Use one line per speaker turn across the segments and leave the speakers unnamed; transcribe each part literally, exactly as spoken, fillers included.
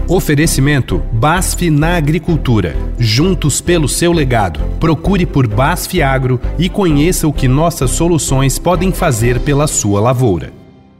Oferecimento BASF na Agricultura. Juntos pelo seu legado. Procure por BASF Agro e conheça o que nossas soluções podem fazer pela sua lavoura.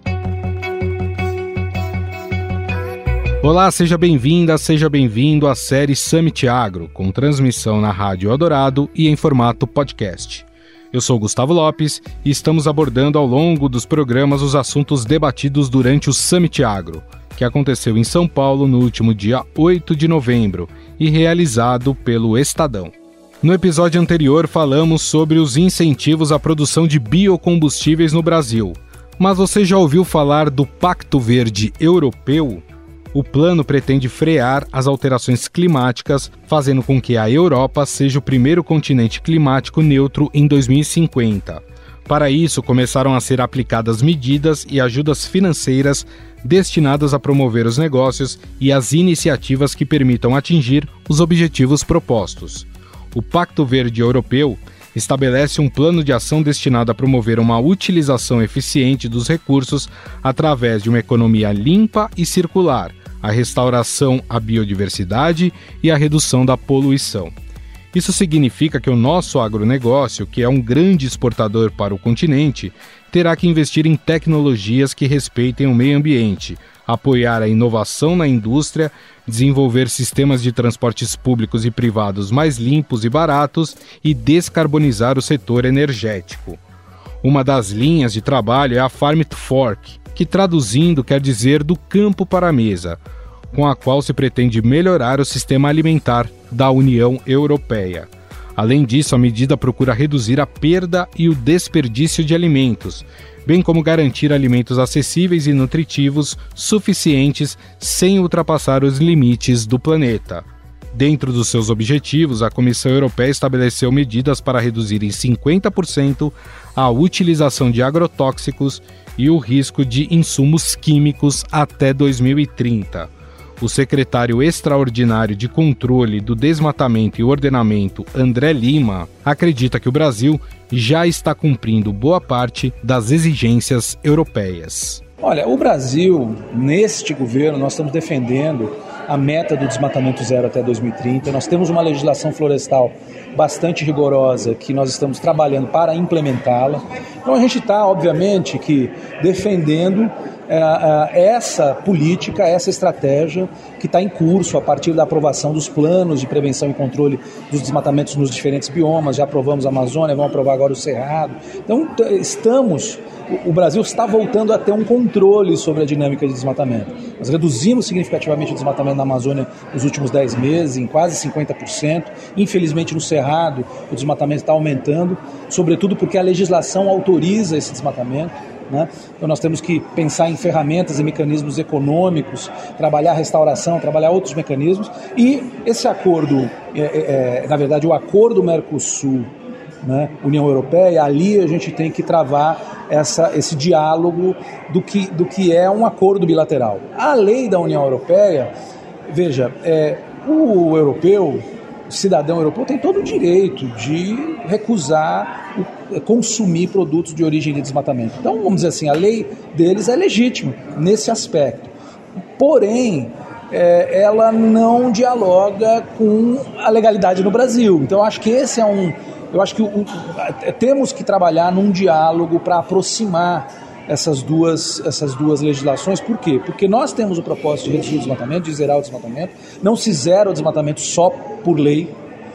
Olá, seja bem-vinda, seja bem-vindo à série Summit Agro, com transmissão na Rádio Eldorado e em formato podcast. Eu sou Gustavo Lopes e estamos abordando ao longo dos programas os assuntos debatidos durante o Summit Agro, que aconteceu em São Paulo no último dia oito de novembro e realizado pelo Estadão. No episódio anterior falamos sobre os incentivos à produção de biocombustíveis no Brasil, mas você já ouviu falar do Pacto Verde Europeu? O plano pretende frear as alterações climáticas, fazendo com que a Europa seja o primeiro continente climático neutro em dois mil e cinquenta. Para isso, começaram a ser aplicadas medidas e ajudas financeiras destinadas a promover os negócios e as iniciativas que permitam atingir os objetivos propostos. O Pacto Verde Europeu estabelece um plano de ação destinado a promover uma utilização eficiente dos recursos através de uma economia limpa e circular, a restauração à biodiversidade e a redução da poluição. Isso significa que o nosso agronegócio, que é um grande exportador para o continente, terá que investir em tecnologias que respeitem o meio ambiente, apoiar a inovação na indústria, desenvolver sistemas de transportes públicos e privados mais limpos e baratos e descarbonizar o setor energético. Uma das linhas de trabalho é a Farm to Fork, que traduzindo quer dizer do campo para a mesa, com a qual se pretende melhorar o sistema alimentar da União Europeia. Além disso, a medida procura reduzir a perda e o desperdício de alimentos, bem como garantir alimentos acessíveis e nutritivos suficientes sem ultrapassar os limites do planeta. Dentro dos seus objetivos, a Comissão Europeia estabeleceu medidas para reduzir em cinquenta por cento a utilização de agrotóxicos e o risco de insumos químicos até dois mil e trinta. O secretário extraordinário de Controle do Desmatamento e Ordenamento, André Lima, acredita que o Brasil já está cumprindo boa parte das exigências europeias.
Olha, o Brasil, neste governo, nós estamos defendendo a meta do desmatamento zero até dois mil e trinta. Nós temos uma legislação florestal bastante rigorosa que nós estamos trabalhando para implementá-la. Então a gente está, obviamente, que defendendo é, essa política, essa estratégia que está em curso a partir da aprovação dos planos de prevenção e controle dos desmatamentos nos diferentes biomas. Já aprovamos a Amazônia, vamos aprovar agora o Cerrado. Então estamos... O Brasil está voltando a ter um controle sobre a dinâmica de desmatamento. Nós reduzimos significativamente o desmatamento na Amazônia nos últimos dez meses, em quase cinquenta por cento. Infelizmente, no Cerrado, o desmatamento está aumentando, sobretudo porque a legislação autoriza esse desmatamento, né? Então nós temos que pensar em ferramentas e mecanismos econômicos, trabalhar a restauração, trabalhar outros mecanismos. E esse acordo, é, é, na verdade, o acordo Mercosul, né, União Europeia, ali a gente tem que travar essa, esse diálogo do que, do que é um acordo bilateral. A lei da União Europeia, veja, é, o europeu, o cidadão europeu tem todo o direito de recusar o, consumir produtos de origem de desmatamento. Então, vamos dizer assim, a lei deles é legítima nesse aspecto. Porém, é, ela não dialoga com a legalidade no Brasil. Então, eu acho que esse é um... Eu acho que o, o, temos que trabalhar num diálogo para aproximar essas duas, essas duas legislações. Por quê? Porque nós temos o propósito de reduzir o desmatamento, de zerar o desmatamento. Não se zera o desmatamento só por lei,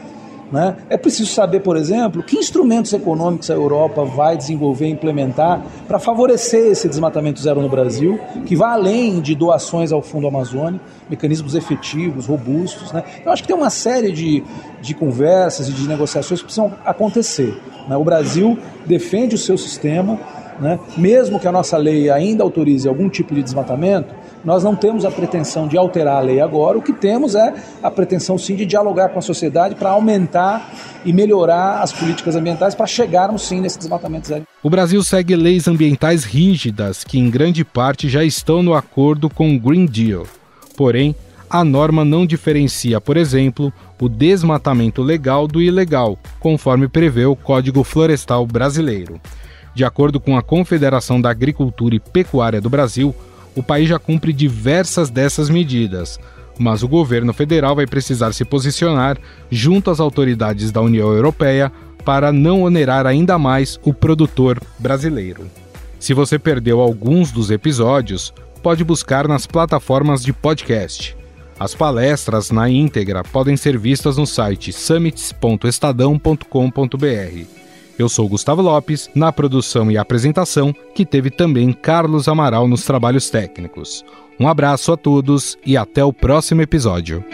né? É preciso saber, por exemplo, que instrumentos econômicos a Europa vai desenvolver e implementar para favorecer esse desmatamento zero no Brasil, que vai além de doações ao Fundo Amazônia, mecanismos efetivos, robustos, né? Eu acho que tem uma série de, de conversas e de negociações que precisam acontecer, né? O Brasil defende o seu sistema, né? Mesmo que a nossa lei ainda autorize algum tipo de desmatamento, nós não temos a pretensão de alterar a lei agora. O que temos é a pretensão, sim, de dialogar com a sociedade para aumentar e melhorar as políticas ambientais para chegarmos, sim, nesse desmatamento zero.
O Brasil segue leis ambientais rígidas que, em grande parte, já estão no acordo com o Green Deal. Porém, a norma não diferencia, por exemplo, o desmatamento legal do ilegal, conforme prevê o Código Florestal Brasileiro. De acordo com a Confederação da Agricultura e Pecuária do Brasil, o país já cumpre diversas dessas medidas, mas o governo federal vai precisar se posicionar junto às autoridades da União Europeia para não onerar ainda mais o produtor brasileiro. Se você perdeu alguns dos episódios, pode buscar nas plataformas de podcast. As palestras na íntegra podem ser vistas no site summits ponto estadão ponto com ponto b r. Eu sou Gustavo Lopes, na produção e apresentação, que teve também Carlos Amaral nos trabalhos técnicos. Um abraço a todos e até o próximo episódio.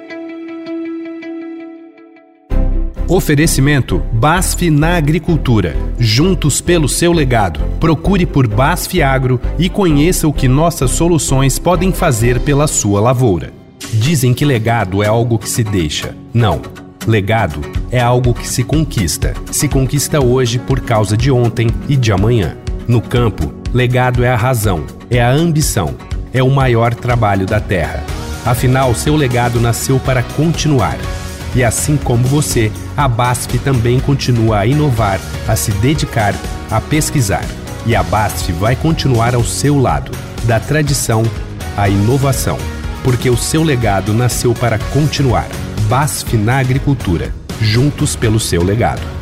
Oferecimento BASF na Agricultura. Juntos pelo seu legado. Procure por BASF Agro e conheça o que nossas soluções podem fazer pela sua lavoura. Dizem que legado é algo que se deixa. Não. Legado é algo que se conquista. Se conquista hoje por causa de ontem e de amanhã. No campo, legado é a razão, é a ambição, é o maior trabalho da terra. Afinal, seu legado nasceu para continuar. E assim como você, a BASF também continua a inovar, a se dedicar, a pesquisar. E a BASF vai continuar ao seu lado, da tradição à inovação. Porque o seu legado nasceu para continuar. BASF na Agricultura. Juntos pelo seu legado.